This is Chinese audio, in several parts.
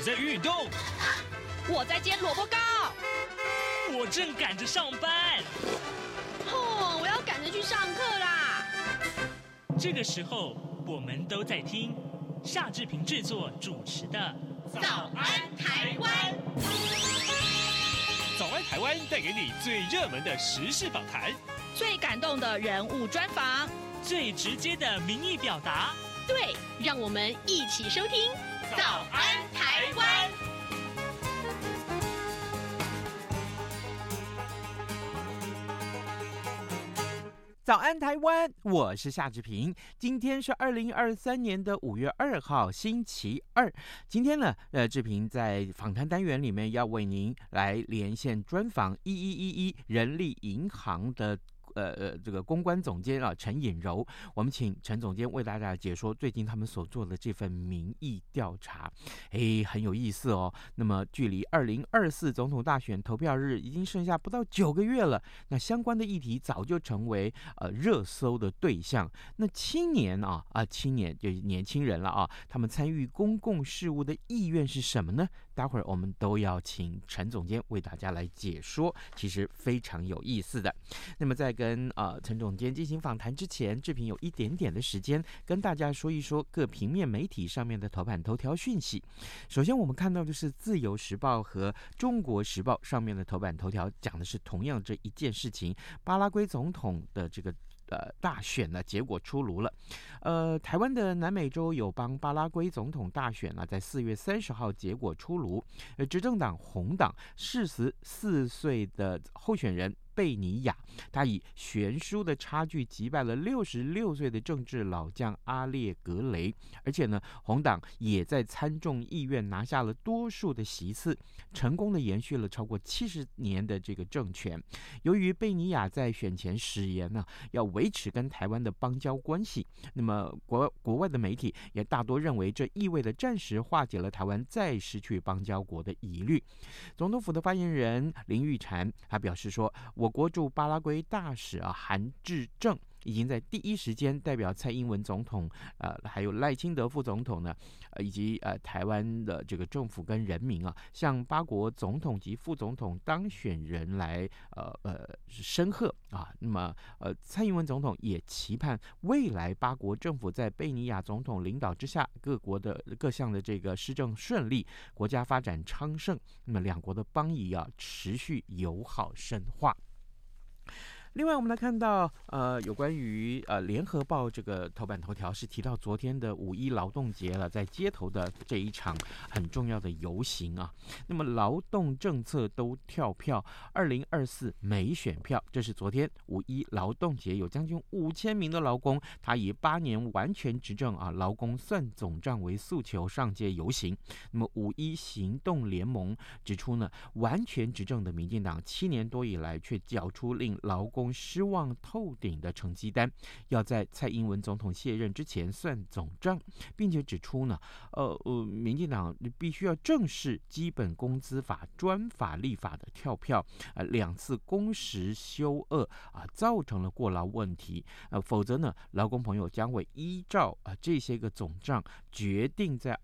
在运动， 我在煎萝卜糕， 我正赶着上班。 我要赶着去上课啦。 这个时候，我们都在听夏志平制作主持的《 早安台湾》。 早安台湾带给你最热门的时事访谈， 最感动的人物专访， 最直接的民意表达。 对，让我们一起收听《早安台湾》。 早安台湾，我是夏志平。今天是2023年的5月2号，星期二。今天呢，志平在访谈单元里面要为您来连线专访1111人力银行的这个公关总监啊，陈颖柔，我们请陈总监为大家解说最近他们所做的这份民意调查，很有意思哦。那么距离2024总统大选投票日已经剩下不到9个月了，那相关的议题早就成为热搜的对象。那青年就是年轻人了啊，他们参与公共事务的意愿是什么呢？待会儿我们都要请陈总监为大家来解说，其实非常有意思的。那么在跟陈总监进行访谈之前，志平有一点点的时间跟大家说一说各平面媒体上面的头版头条讯息。首先我们看到的是自由时报和中国时报上面的头版头条，讲的是同样这一件事情，巴拉圭总统的这个大选呢结果出炉了。台湾的南美洲友邦巴拉圭总统大选呢，在4月30号结果出炉。执政党红党44岁的候选人贝尼亚，他以悬殊的差距击败了66岁的政治老将阿列格雷，而且呢，红党也在参众议院拿下了多数的席次，成功的延续了超过70年的这个政权。由于贝尼亚在选前誓言呢，要维持跟台湾的邦交关系，那么国外的媒体也大多认为这意味着暂时化解了台湾再失去邦交国的疑虑。总统府的发言人林玉婵他表示说，我国驻巴拉圭大使韩志正已经在第一时间代表蔡英文总统，还有赖清德副总统呢，以及台湾的这个政府跟人民啊，向巴国总统及副总统当选人来申贺啊。那么蔡英文总统也期盼未来巴国政府在贝尼亚总统领导之下，各项的这个施政顺利，国家发展昌盛，那么两国的邦谊啊持续友好深化。另外我们来看到有关于联合报这个头版头条是提到昨天的5·1劳动节了，在街头的这一场很重要的游行啊。那么劳动政策都跳票，2024没选票，这是昨天5·1劳动节有将近5000名的劳工，他以8年完全执政劳工算总账为诉求上街游行。那么5·1行动联盟指出呢，完全执政的民进党7年多以来却缴出令劳工失望透顶的成绩单，要在蔡英文总统卸任之前算总账，并且指出呢，民进党必须要正视基本工资法专法立法的跳票，2次工时休2造成了过劳问题，否则呢，劳工朋友将会依照这些个总账决定在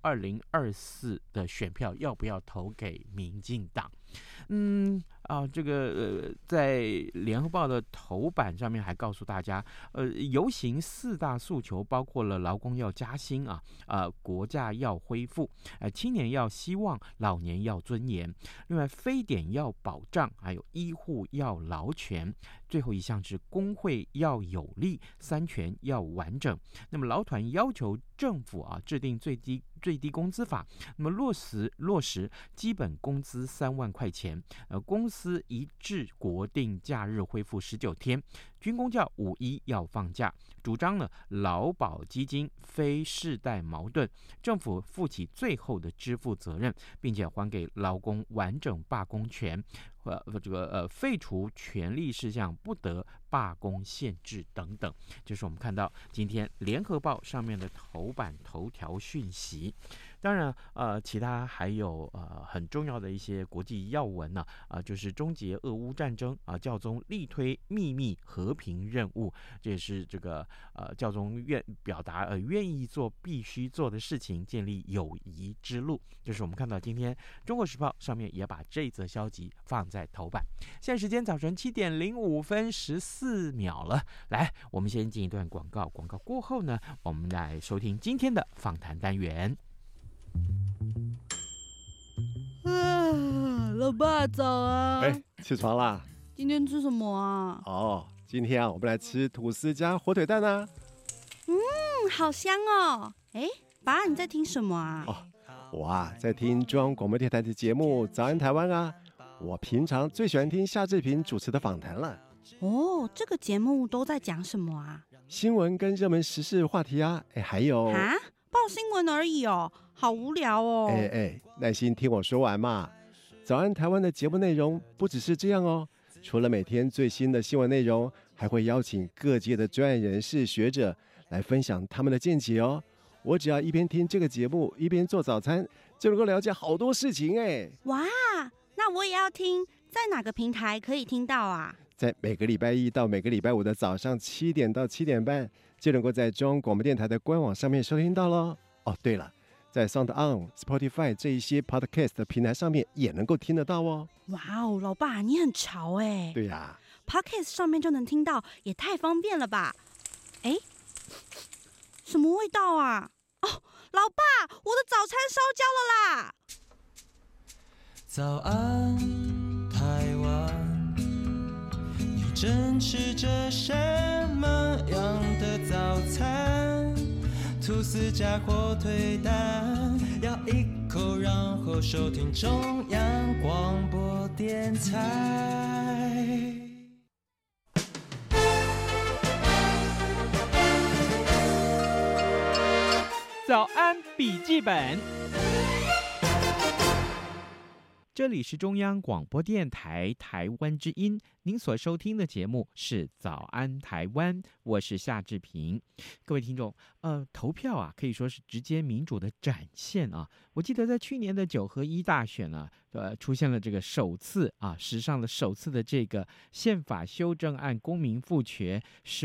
2024的选票要不要投给民进党。这个在联合报的头版上面还告诉大家，游行4大诉求包括了劳工要加薪国价要恢复，青年要希望，老年要尊严，另外非典要保障，还有医护要劳权，最后一项是工会要有力，3权要完整。那么劳团要求政府制定最低工资法，那么落实基本工资3万块钱，公司一致国定假日恢复19天，军公教5·1要放假，主张呢劳保基金非世代矛盾，政府负起最后的支付责任，并且还给劳工完整罢工权，废除权利事项，不得罢工限制等等，就是我们看到今天联合报上面的头版头条讯息。 当然其他还有很重要的一些国际要闻呢就是终结俄乌战争教宗力推秘密和平任务，这也是这个教宗表达愿意做必须做的事情，建立友谊之路。就是我们看到今天中国时报上面也把这则消息放在头版。现在时间早晨7:05:14了，来，我们先进一段广告，广告过后呢，我们来收听今天的访谈单元。 老爸早啊！ 起床啦！ 今天吃什么啊？ 今天我们来吃吐司加火腿蛋啊！ 好香哦！爸，你在听什么啊？ 我在听中央广播电台的节目《早安台湾》啊。我平常最喜欢听夏志平主持的访谈了。 这个节目都在讲什么啊？ 新闻跟热门时事话题啊，还有报新闻而已哦，好无聊哦。 耐心听我说完嘛。早安台湾的节目内容不只是这样哦，除了每天最新的新闻内容，还会邀请各界的专业人士、学者来分享他们的见解哦。我只要一边听这个节目，一边做早餐，就能够了解好多事情哇，那我也要听，在哪个平台可以听到啊？ 在每个礼拜一到每个礼拜五的早上7点到7点半，就能够在中央广播电台的官网上面收听到咯。对了，在 SoundOn、Spotify 这一些 Podcast 的平台上面也能够听得到哦。 哇哦，老爸你很潮对呀 ，Podcast 上面就能听到，也太方便了吧？什么味道啊？老爸，我的早餐烧焦了啦！ 早安，台湾，你正吃着什么样的早餐？吐司加火腿蛋，咬一口，然后收听中央广播电台。 早安笔记本，这里是中央广播电台台湾之音，您所收听的节目是早安台湾，我是夏志平。各位听众，投票可以说是直接民主的展现啊。我记得在去年的9合1大选出现了这个史上的首次的这个宪法修正案公民复决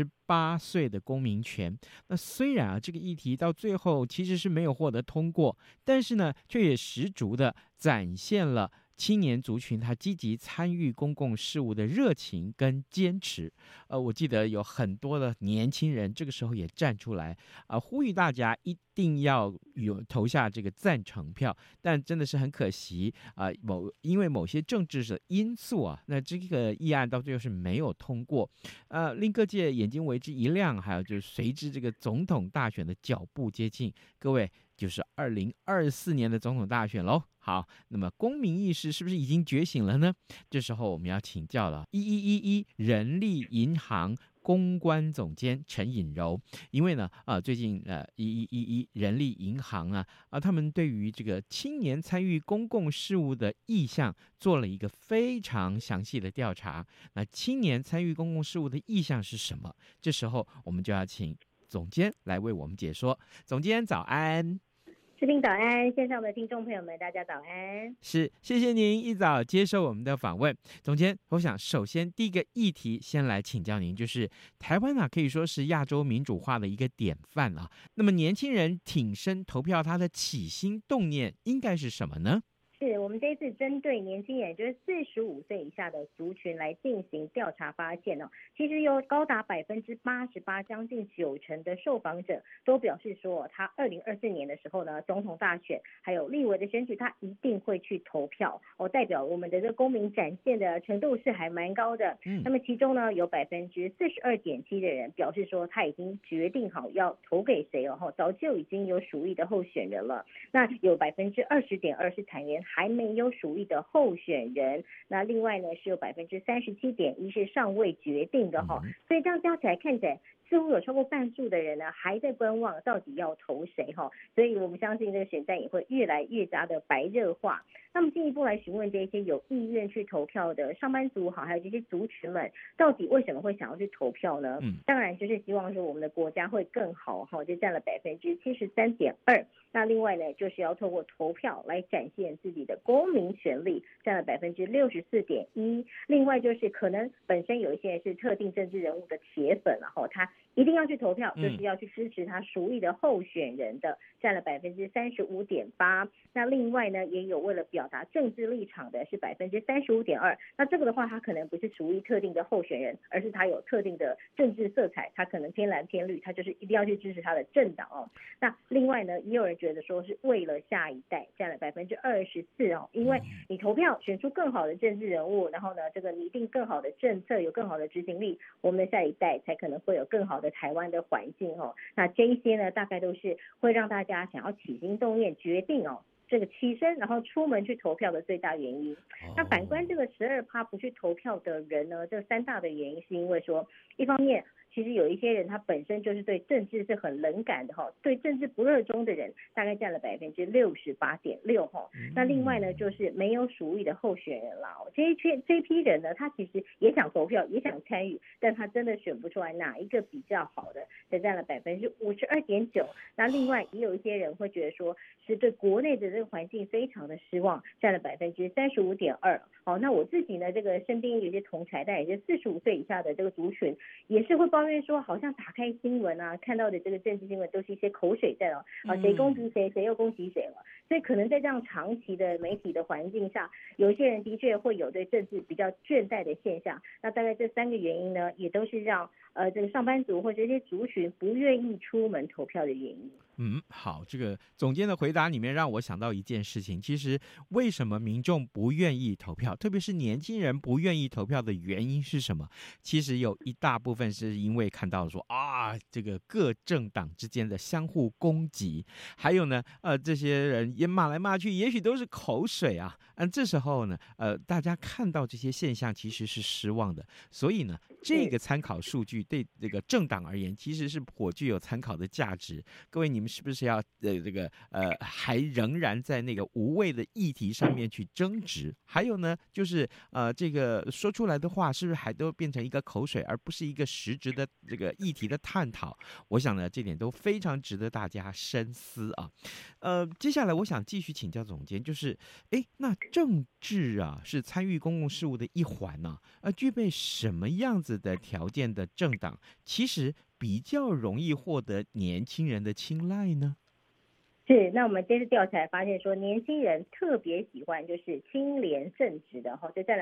18岁的公民权。那虽然这个议题到最后其实是没有获得通过，但是呢，却也十足的展现了青年族群他积极参与公共事务的热情跟坚持。我记得有很多的年轻人这个时候也站出来呼吁大家一定要投下这个赞成票，但真的是很可惜因为某些政治的因素那这个议案到最后是没有通过，令各界眼睛为之一亮，还有就是随之这个总统大选的脚步接近，各位就是2024年的总统大选咯。好，那么公民意识是不是已经觉醒了呢？这时候我们要请教了1111人力银行公关总监陈颖柔，因为呢最近1111人力银行他们对于这个青年参与公共事务的意向做了一个非常详细的调查。那青年参与公共事务的意向是什么？这时候我们就要请总监来为我们解说。总监早安。 视频早安，线上的听众朋友们，大家早安。 是，谢谢您一早接受我们的访问。总监，我想首先第一个议题先来请教您，就是台湾可以说是亚洲民主化的一个典范那么年轻人挺身投票，他的起心动念应该是什么呢？ 是我们这一次针对年轻人，就是45岁以下的族群来进行调查，发现其实有高达88%，将近90%的受访者都表示说，他2024年的时候呢，总统大选还有立委的选举，他一定会去投票代表我们的这个公民展现的程度是还蛮高的。那么其中呢，有42.7%的人表示说，他已经决定好要投给谁早就已经有属意的候选人了。那有20.2%是产员还没有属意的候选人，那另外呢是有37.1%是尚未决定的所以这样加起来看起来似乎有超过半数的人呢还在观望到底要投谁所以我们相信这个选战也会越来越加的白热化。 那么进一步来询问这些有意愿去投票的上班族好，还有这些族群们，到底为什么会想要去投票呢？当然就是希望说我们的国家会更好哈，就占了73.2%。那另外呢，就是要透过投票来展现自己的公民权利，占了64.1%。另外就是可能本身有一些人是特定政治人物的铁粉，然后他一定要去投票，就是要去支持他属意的候选人的，占了35.8%。那另外呢，也有为了表达政治立场的是35.2%。那这个的话，他可能不是属于特定的候选人，而是他有特定的政治色彩，他可能偏蓝偏绿，他就是一定要去支持他的政党哦。那另外呢，也有人觉得说是为了下一代，占了24%哦，因为你投票选出更好的政治人物，然后呢，这个拟定更好的政策，有更好的执行力，我们的下一代才可能会有更好的台湾的环境哦。那这一些呢，大概都是会让大家想要起心动念决定哦，这个起身然后出门去投票的最大原因。那反观这个12%不去投票的人呢，这三大的原因是因为说，一方面其实有一些人他本身就是对政治是很冷感的哈，对政治不热衷的人大概占了68.6%哈。那另外呢，就是没有属意的候选人啦，这一批人呢，他其实也想投票，也想参与，但他真的选不出来哪一个比较好的，才占了52.9%。那另外也有一些人会觉得说，是对国内的这个环境非常的失望，占了35.2%。好，那我自己呢，这个身边有些同侪，但也是45岁以下的这个族群，也是会抱怨说，好像打开新闻啊，看到的这个政治新闻都是一些口水战哦，谁攻击谁，谁又攻击谁了。所以可能在这样长期的媒体的环境下，有一些人的确会有对政治比较倦怠的现象。那大概这3个原因呢，也都是让这个上班族或者这些族群不愿意出门投票的原因。 好，这个总监的回答里面让我想到一件事情，其实为什么民众不愿意投票，特别是年轻人不愿意投票的原因是什么？其实有一大部分是因为看到说这个各政党之间的相互攻击，还有呢这些人也骂来骂去，也许都是口水啊。这时候呢大家看到这些现象其实是失望的，所以呢这个参考数据对这个政党而言其实是颇具有参考的价值。各位，你们是不是要还仍然在那个无谓的议题上面去争执？还有呢，就是这个说出来的话是不是还都变成一个口水，而不是一个实质的这个议题的探讨？我想呢，这点都非常值得大家深思啊。接下来我想继续请教总监，就是那政治啊是参与公共事务的一环呢，具备什么样子的条件的政党，其实比较容易获得年轻人的青睐呢？ 是，那我们这次调查发现说，年轻人特别喜欢就是清廉正直的哈，就占了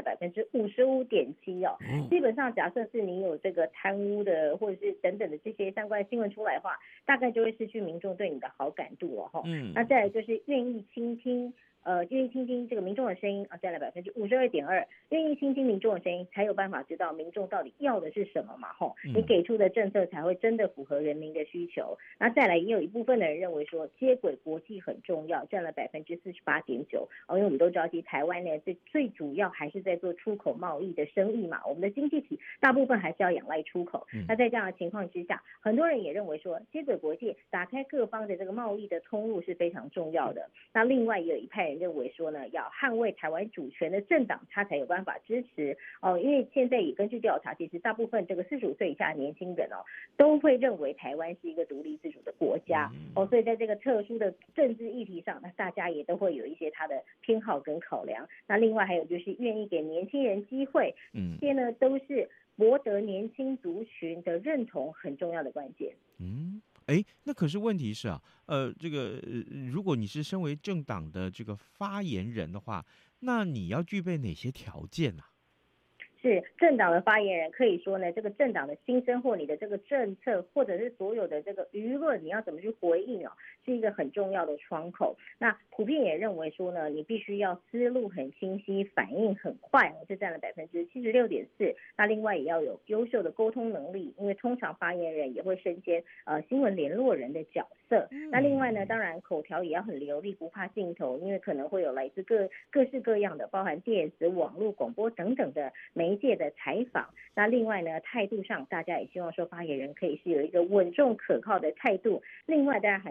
55.7%哦。基本上假设是你有这个贪污的或者是等等的这些相关的新闻出来的话，大概就会失去民众对你的好感度了哈。那再来就是愿意倾听这个民众的声音占了52.2%，愿意倾听民众的声音，才有办法知道民众到底要的是什么嘛吼，你给出的政策才会真的符合人民的需求。那再来也有一部分的人认为说接轨国际很重要，占了48.9%。因为我们都知道，其实台湾呢最主要还是在做出口贸易的生意嘛，我们的经济体大部分还是要仰赖出口。那在这样的情况之下，很多人也认为说接轨国际，打开各方的这个贸易的通路是非常重要的。那另外也有一派人认为说呢，要捍卫台湾主权的政党，他才有办法支持因为现在也根据调查，其实大部分这个45岁以下的年轻人都会认为台湾是一个独立自主的国家所以在这个特殊的政治议题上，那大家也都会有一些他的偏好跟考量。那另外还有就是愿意给年轻人机会，这些呢都是博得年轻族群的认同很重要的关键。 那可是问题是如果你是身为政党的这个发言人的话，那你要具备哪些条件啊？ 是政党的发言人，可以说呢，这个政党的心声或你的这个政策，或者是所有的这个舆论，你要怎么去回应是一个很重要的窗口。那普遍也认为说呢，你必须要思路很清晰，反应很快，就占了76.4%。那另外也要有优秀的沟通能力，因为通常发言人也会身兼新闻联络人的角色。那另外呢，当然口条也要很流利，不怕镜头，因为可能会有来自各式各样的，包含电子、网络、广播等等的媒介的采访。那另外呢，态度上大家也希望说发言人可以是有一个稳重可靠的态度。另外当然很重要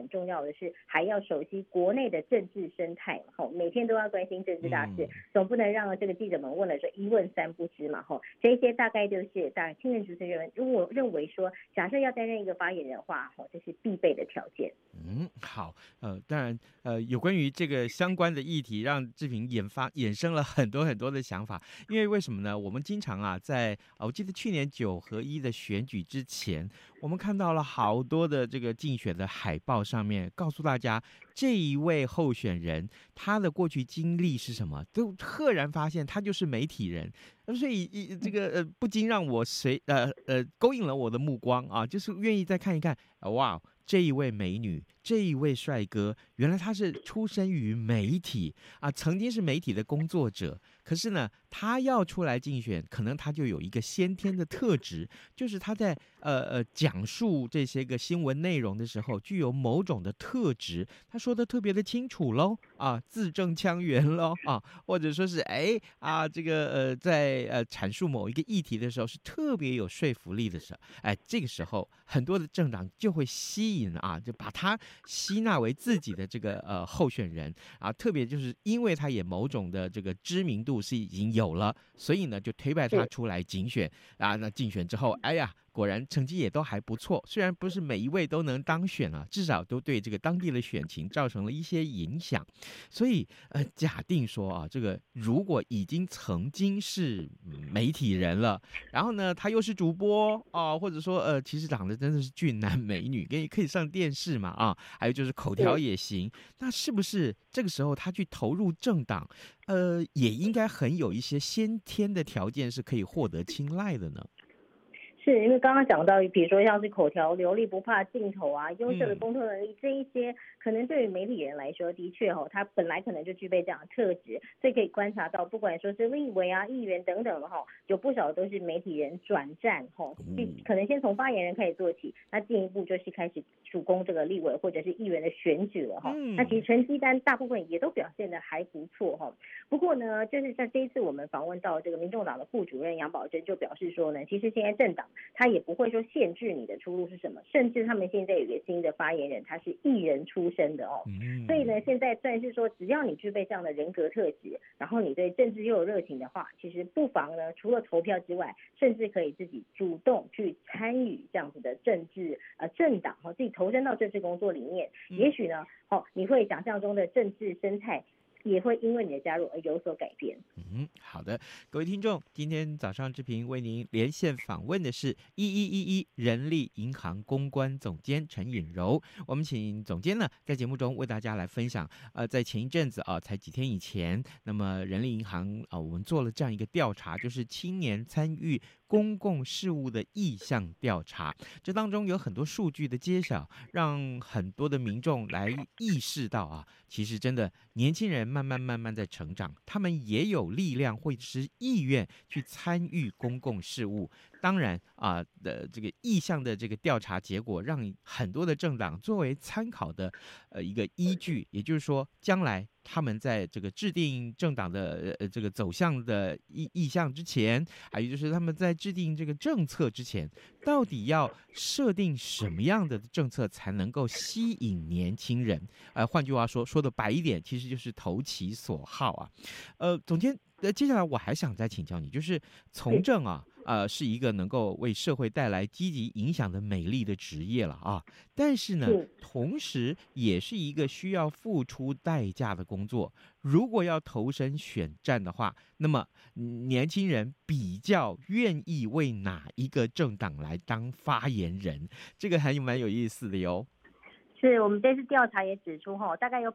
的是还要熟悉国内的政治生态每天都要关心政治大事，总不能让这个记者们问了说一问三不知嘛这些大概就是新任主持人如果认为说假设要担任一个发言人的话这是必备的条件。 好，当然有关于这个相关的议题，让志平衍生了很多很多的想法。因为为什么呢？我们经常在我记得去年9合1的选举之前，我们看到了好多的这个竞选的海报上面，告诉大家这一位候选人他的过去经历是什么，都赫然发现他就是媒体人。所以这个不禁让我勾引了我的目光啊，就是愿意再看一看，哇，这一位美女，这一位帅哥，原来他是出身于媒体啊，曾经是媒体的工作者。可是呢，他要出来竞选，可能他就有一个先天的特质，就是他在讲述这些个新闻内容的时候，具有某种的特质。他说的特别的清楚喽啊，字正腔圆喽啊，或者说是这个在阐述某一个议题的时候是特别有说服力的时候，这个时候很多的政党就会吸引就把他吸纳为自己的这个候选人啊，特别就是因为他也某种的这个知名度是已经有了，所以呢就推派他出来竞选啊。那竞选之后，果然成绩也都还不错，虽然不是每一位都能当选至少都对这个当地的选情造成了一些影响。所以假定说这个如果已经曾经是媒体人了，然后呢他又是主播或者说其实长得真的是俊男美女，可以上电视嘛还有就是口条也行，那是不是这个时候他去投入政党也应该很有一些先天的条件是可以获得青睐的呢？ 是因为刚刚讲到比如说像是口条流利不怕镜头优秀的沟通能力，这一些可能对于媒体人来说的确他本来可能就具备这样的特质，所以可以观察到不管说是立委议员等等的有不少都是媒体人转战可能先从发言人开始做起，那进一步就是开始主攻这个立委或者是议员的选举了那其实成绩单大部分也都表现得还不错不过呢，就是在这一次我们访问到这个民众党的副主任杨宝珍就表示说呢，其实现在政党他也不会说限制你的出路是什么，甚至他们现在有一个新的发言人，他是艺人出身的所以呢，现在算是说只要你具备这样的人格特质，然后你对政治又有热情的话，其实不妨呢，除了投票之外，甚至可以自己主动去参与这样子的政治政党自己投身到政治工作里面，也许呢你会想象中的政治生态也会因为你的加入而有所改变。 好的，各位听众，今天早上志平为您连线访问的是1111人力银行公关总监陈允柔。我们请总监呢在节目中为大家来分享在前一阵子才几天以前，那么人力银行我们做了这样一个调查，就是青年参与公共事务的意向调查，这当中有很多数据的揭晓，让很多的民众来意识到其实真的年轻人慢慢在成长，他们也有力量或者是意愿去参与公共事务。当然这个意向的这个调查结果，让很多的政党作为参考的一个依据，也就是说，将来他们在这个制定政党的这个走向的意向之前，还有就是他们在制定这个政策之前，到底要设定什么样的政策才能够吸引年轻人？换句话说的白一点，其实就是投其所好总监，接下来我还想再请教你，就是从政是一个能够为社会带来积极影响的美丽的职业了但是呢，同时也是一个需要付出代价的工作。如果要投身选战的话，那么年轻人比较愿意为哪一个政党来当发言人？这个还蛮有意思的哟。 是我们这次调查也指出大概有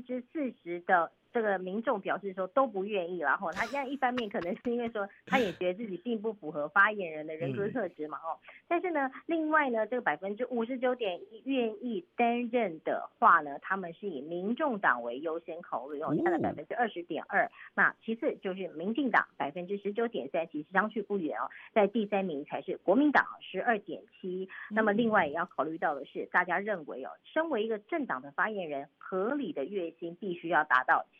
40%的这个民众表示说都不愿意，然后他一方面可能是因为说他也觉得自己并不符合发言人的人格特质嘛但是呢，另外呢，这个59.1%愿意担任的话呢，他们是以民众党为优先考虑占了20.2%，那其次就是民进党19.3%，其实相去不远在第3名才是国民党12.7%。那么另外也要考虑到的是，大家认为身为一个政党的发言人，合理的月薪必须要达到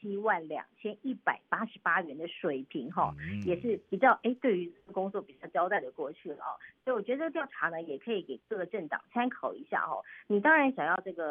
72188元的水平也是比较对于工作比较交代的过去了所以我觉得调查呢也可以给各个政党参考一下你当然想要这个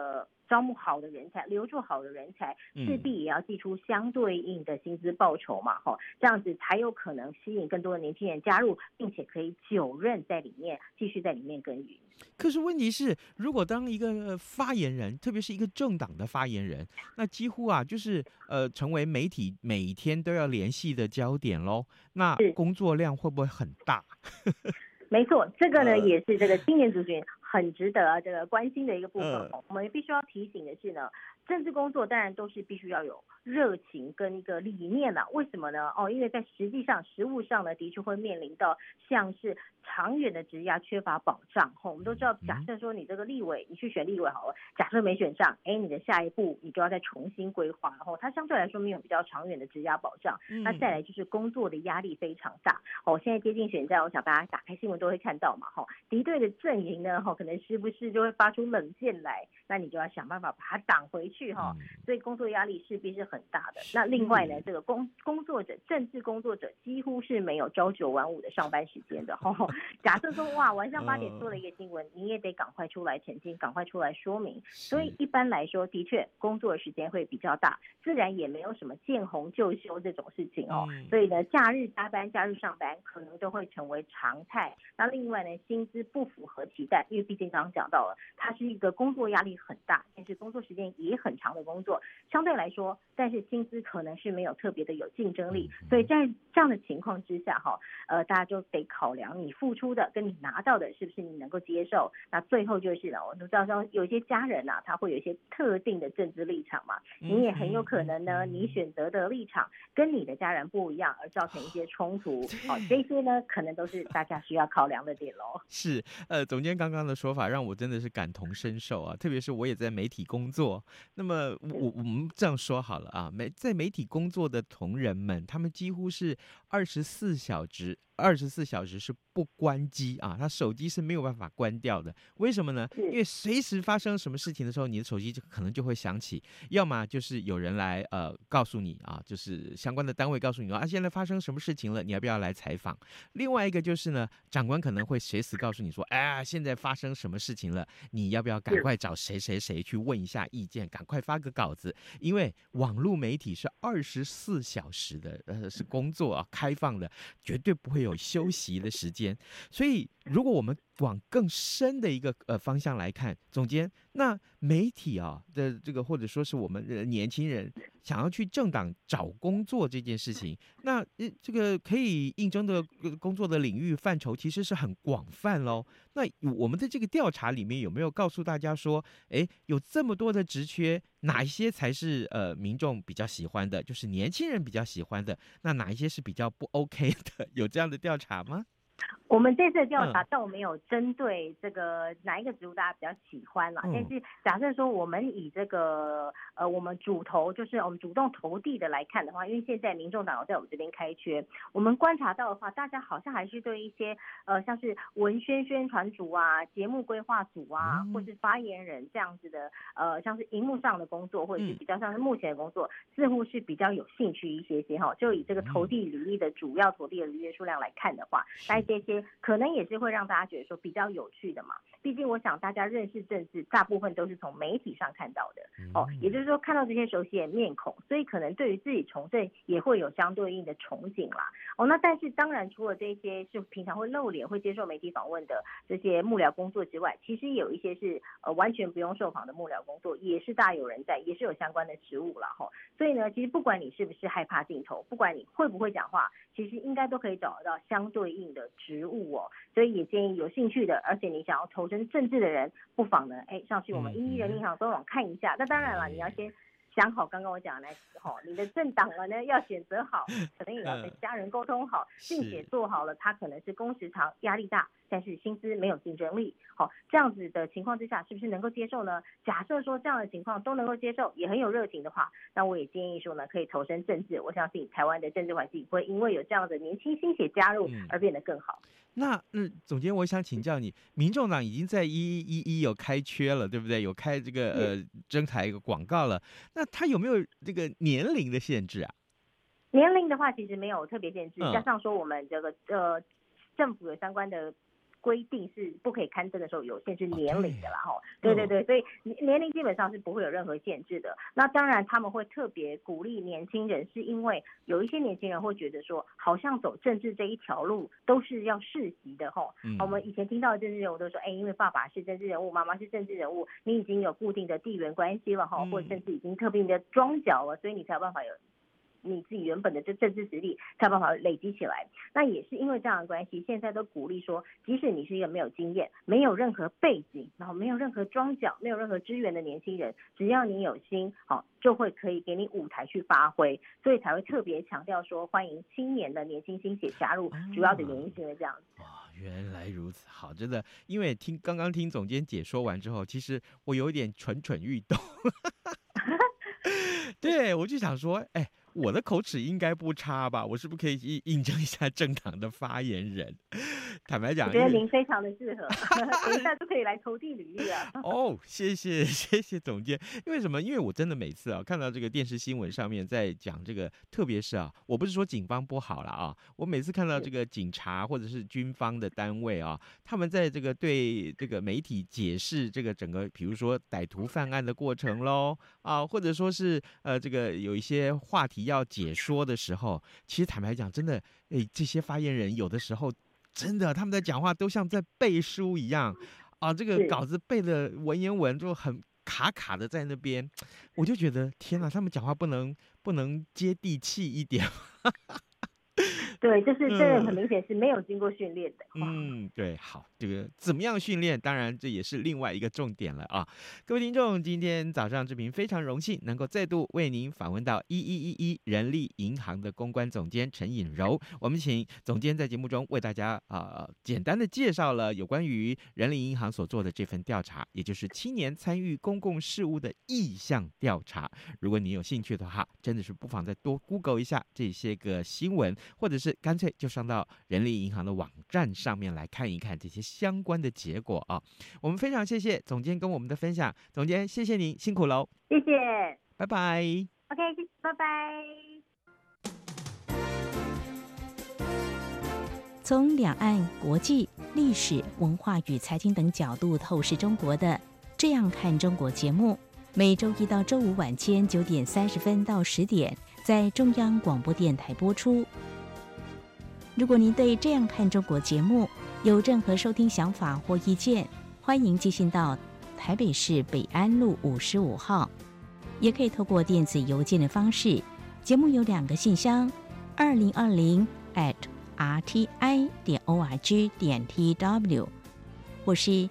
招募好的人才，留住好的人才，势必也要寄出相对应的薪资报酬嘛，这样子才有可能吸引更多的年轻人加入，并且可以久任在里面，继续在里面耕耘。 可是问题是，如果当一个发言人，特别是一个政党的发言人，那几乎就是成为媒体每天都要联系的焦点咯，那工作量会不会很大？ 没错，这个呢也是这个青年族群很值得这个关心的一个部分。我们必须要提醒的是呢，政治工作当然都是必须要有热情跟一个理念啦。为什么呢？因为在实务上呢，的确会面临到像是长远的职涯缺乏保障。我们都知道，假设说你这个立委，你去选立委好了，假设没选上，你的下一步你就要再重新规划，然后它相对来说没有比较长远的职涯保障。那再来就是工作的压力非常大。现在接近选战，我想大家打开新闻都会看到嘛，敌对的阵营呢，可能时不时就会发出冷箭来，那你就要想办法把它挡回去所以工作压力势必是很大的。那另外呢，这个工作者，政治工作者几乎是没有朝9晚5的上班时间的。假设说哇，晚上8点做了一个新闻，你也得赶快出来澄清，赶快出来说明。所以一般来说，的确工作时间会比较大，自然也没有什么见红就休这种事情所以呢，假日加班、假日上班可能都会成为常态。那另外呢，薪资不符合期待，因为毕竟刚刚讲到了，它是一个工作压力很大，但是工作时间也很长的工作，相对来说，但是薪资可能是没有特别的有竞争力。所以在这样的情况之下大家就得考量你付出的跟你拿到的是不是你能够接受。那最后就是呢，我们知道说有些家人他会有一些特定的政治立场嘛，你也很有可能呢，你选择的立场跟你的家人不一样，而造成一些冲突。这些呢可能都是大家需要考量的点咯。 是，总监刚刚的说法让我真的是感同身受啊，特别是我也在媒体工作。那么我们这样说好了啊，在媒体工作的同仁们，他们几乎是24小时是不关机啊，他手机是没有办法关掉的。为什么呢？因为随时发生什么事情的时候，你的手机可能就会响起，要么就是有人来告诉你啊，就是相关的单位告诉你现在发生什么事情了，你要不要来采访？另外一个就是呢，长官可能会随时告诉你说，现在发生什么事情了，你要不要赶快找谁谁谁去问一下意见，赶快发个稿子。因为网络媒体是24小时的，是工作开放的，绝对不会有休息的时间。所以如果我们往更深的一个方向来看，总监，那媒体的这个或者说是我们年轻人想要去政党找工作这件事情，那这个可以应征的工作的领域范畴其实是很广泛咯。那我们的这个调查里面有没有告诉大家说，有这么多的职缺，哪一些才是民众比较喜欢的，就是年轻人比较喜欢的，那哪一些是比较不 OK 的？有这样的调查吗？ 我们这次的调查倒没有针对这个哪一个职务大家比较喜欢啦，但是假设说我们以这个我们主投，就是我们主动投递的来看的话，因为现在民众党在我们这边开缺，我们观察到的话，大家好像还是对一些像是文宣宣传组啊、节目规划组啊，或是发言人这样子的像是荧幕上的工作，或者是比较像是目前的工作，似乎是比较有兴趣一些些就以这个投递履历的主要投递的履历数量来看的话，那这些可能也是会让大家觉得说比较有趣的嘛。毕竟我想大家认识政治大部分都是从媒体上看到的也就是说看到这些熟悉的面孔，所以可能对于自己从政也会有相对应的憧憬啦那但是当然除了这些是平常会露脸会接受媒体访问的这些幕僚工作之外，其实有一些是完全不用受访的幕僚工作，也是大有人在，也是有相关的职务啦所以呢，其实不管你是不是害怕镜头，不管你会不会讲话，其实应该都可以找得到相对应的职务所以也建议有兴趣的，而且你想要投身政治的人，不妨呢上去我们11人力行官网看一下。那当然了，你要先想好刚刚我讲的那些你的政党呢要选择好，可能也要跟家人沟通好，并且做好了它可能是工时长、压力大，但是薪资没有竞争力这样子的情况之下，是不是能够接受呢？假设说这样的情况都能够接受，也很有热情的话，那我也建议说呢，可以投身政治。我相信台湾的政治环境会因为有这样的年轻新血加入而变得更好。 那总监，我想请教你，民众党已经在111有开缺了，对不对？有开这个征才一个广告了，那它有没有这个年龄的限制啊？ 年龄的话，其实没有特别限制，加上说我们这个政府有相关的规定是不可以刊登的时候有限制年龄的啦对对对，所以年龄基本上是不会有任何限制的。那当然他们会特别鼓励年轻人，是因为有一些年轻人会觉得说，好像走政治这一条路都是要世袭的我们以前听到的政治人物都说，因为爸爸是政治人物，妈妈是政治人物，你已经有固定的地缘关系了或者甚至已经特定的庄脚了，所以你才有办法有你自己原本的这政治实力才有办法累积起来。那也是因为这样的关系，现在都鼓励说，即使你是一个没有经验、没有任何背景，然后没有任何庄脚、没有任何资源的年轻人，只要你有心就会可以给你舞台去发挥，所以才会特别强调说，欢迎青年的年轻新血加入，主要的原因是因为这样子。 原来如此，好，真的，因为刚刚听总监解说完之后，其实我有点蠢蠢欲动。对，我就想说，我的口齿应该不差吧？我是不是可以应征一下政党的发言人？坦白讲，我觉得您非常的适合，等一下就可以来投递履历了。 谢谢总监。因为什么？因为我真的每次看到这个电视新闻上面在讲这个，特别是我不是说警方不好啦我每次看到这个警察或者是军方的单位他们在这个对这个媒体解释这个整个，比如说歹徒犯案的过程咯或者说是这个有一些话题要解说的时候，其实坦白讲，真的这些发言人有的时候真的他们在讲话都像在背书一样这个稿子背的文言文就很卡卡的在那边，我就觉得天哪，他们讲话不能接地气一点对，就是这个很明显是没有经过训练的。 对，好，这个怎么样训练，当然这也是另外一个重点了各位听众，今天早上志平非常荣幸能够再度为您访问到1111人力银行的公关总监陈颖柔。我们请总监在节目中为大家简单的介绍了有关于人力银行所做的这份调查，也就是青年参与公共事务的意向调查。如果你有兴趣的话，真的是不妨再多 Google 一下这些个新闻，或者是干脆就上到人力银行的网站上面来看一看这些相关的结果我们非常谢谢总监跟我们的分享，总监谢谢您，辛苦喽， 谢谢， 拜拜。 OK， 拜拜。 从两岸、国际、历史文化与财经等角度透视中国的《这样看中国》节目，每周一到周五晚间9点30分到10点在中央广播电台播出。如果您对《这样看中国》节目有任何收听想法或意见，欢迎寄信到台北市北安路55号，也可以透过电子邮件的方式。节目有2个信箱2020@rti.org.tw 或是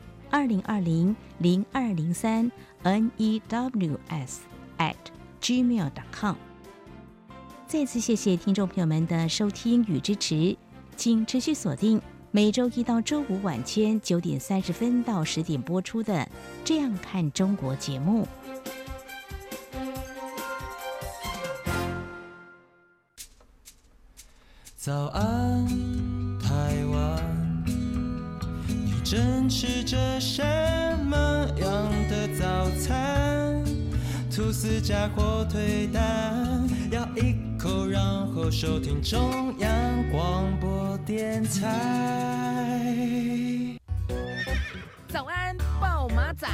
2020-0203-news@gmail.com。 再次谢谢听众朋友们的收听与支持，请持续锁定每周一到周五晚间9点30分到10点播出的《这样看中国》节目。 早安，台湾，你正吃着什么样的早餐？吐司加火腿蛋，咬一口，然后收听中央广播电台。 早安，暴马仔。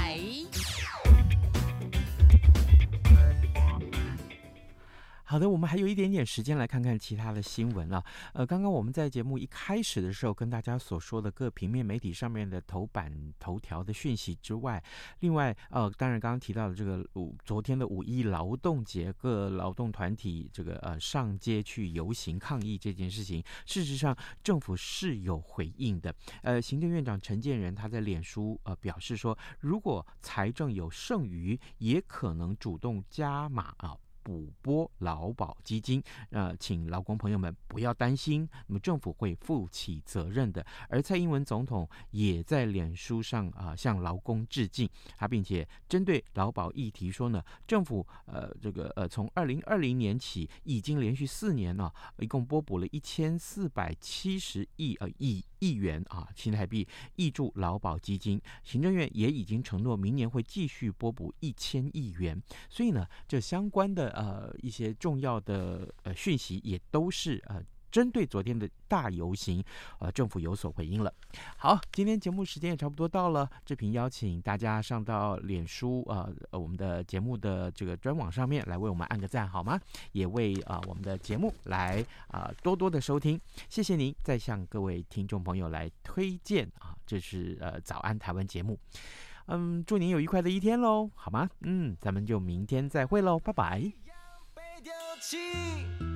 好的，我们还有一点点时间来看看其他的新闻了。刚刚我们在节目一开始的时候跟大家所说的各平面媒体上面的头版头条的讯息之外，另外当然刚刚提到的这个昨天的5一劳动节，各劳动团体这个上街去游行抗议这件事情，事实上政府是有回应的。行政院长陈建仁他在脸书表示说，如果财政有剩余，也可能主动加码补拨劳保基金，请劳工朋友们不要担心，那么政府会负起责任的。而蔡英文总统也在脸书上向劳工致敬，他并且针对劳保议题说呢，政府从2020年起已经连续4年一共拨补了1470亿元新台币挹注劳保基金，行政院也已经承诺明年会继续拨补1000亿元，所以呢，这相关的一些重要的讯息也都是针对昨天的大游行，政府有所回应了。好，今天节目时间也差不多到了，志平邀请大家上到脸书我们的节目的这个专网上面来为我们按个赞好吗？也为我们的节目来多多的收听，谢谢您再向各位听众朋友来推荐这是早安台湾节目。祝您有愉快的一天喽，好吗？咱们就明天再会喽，拜拜。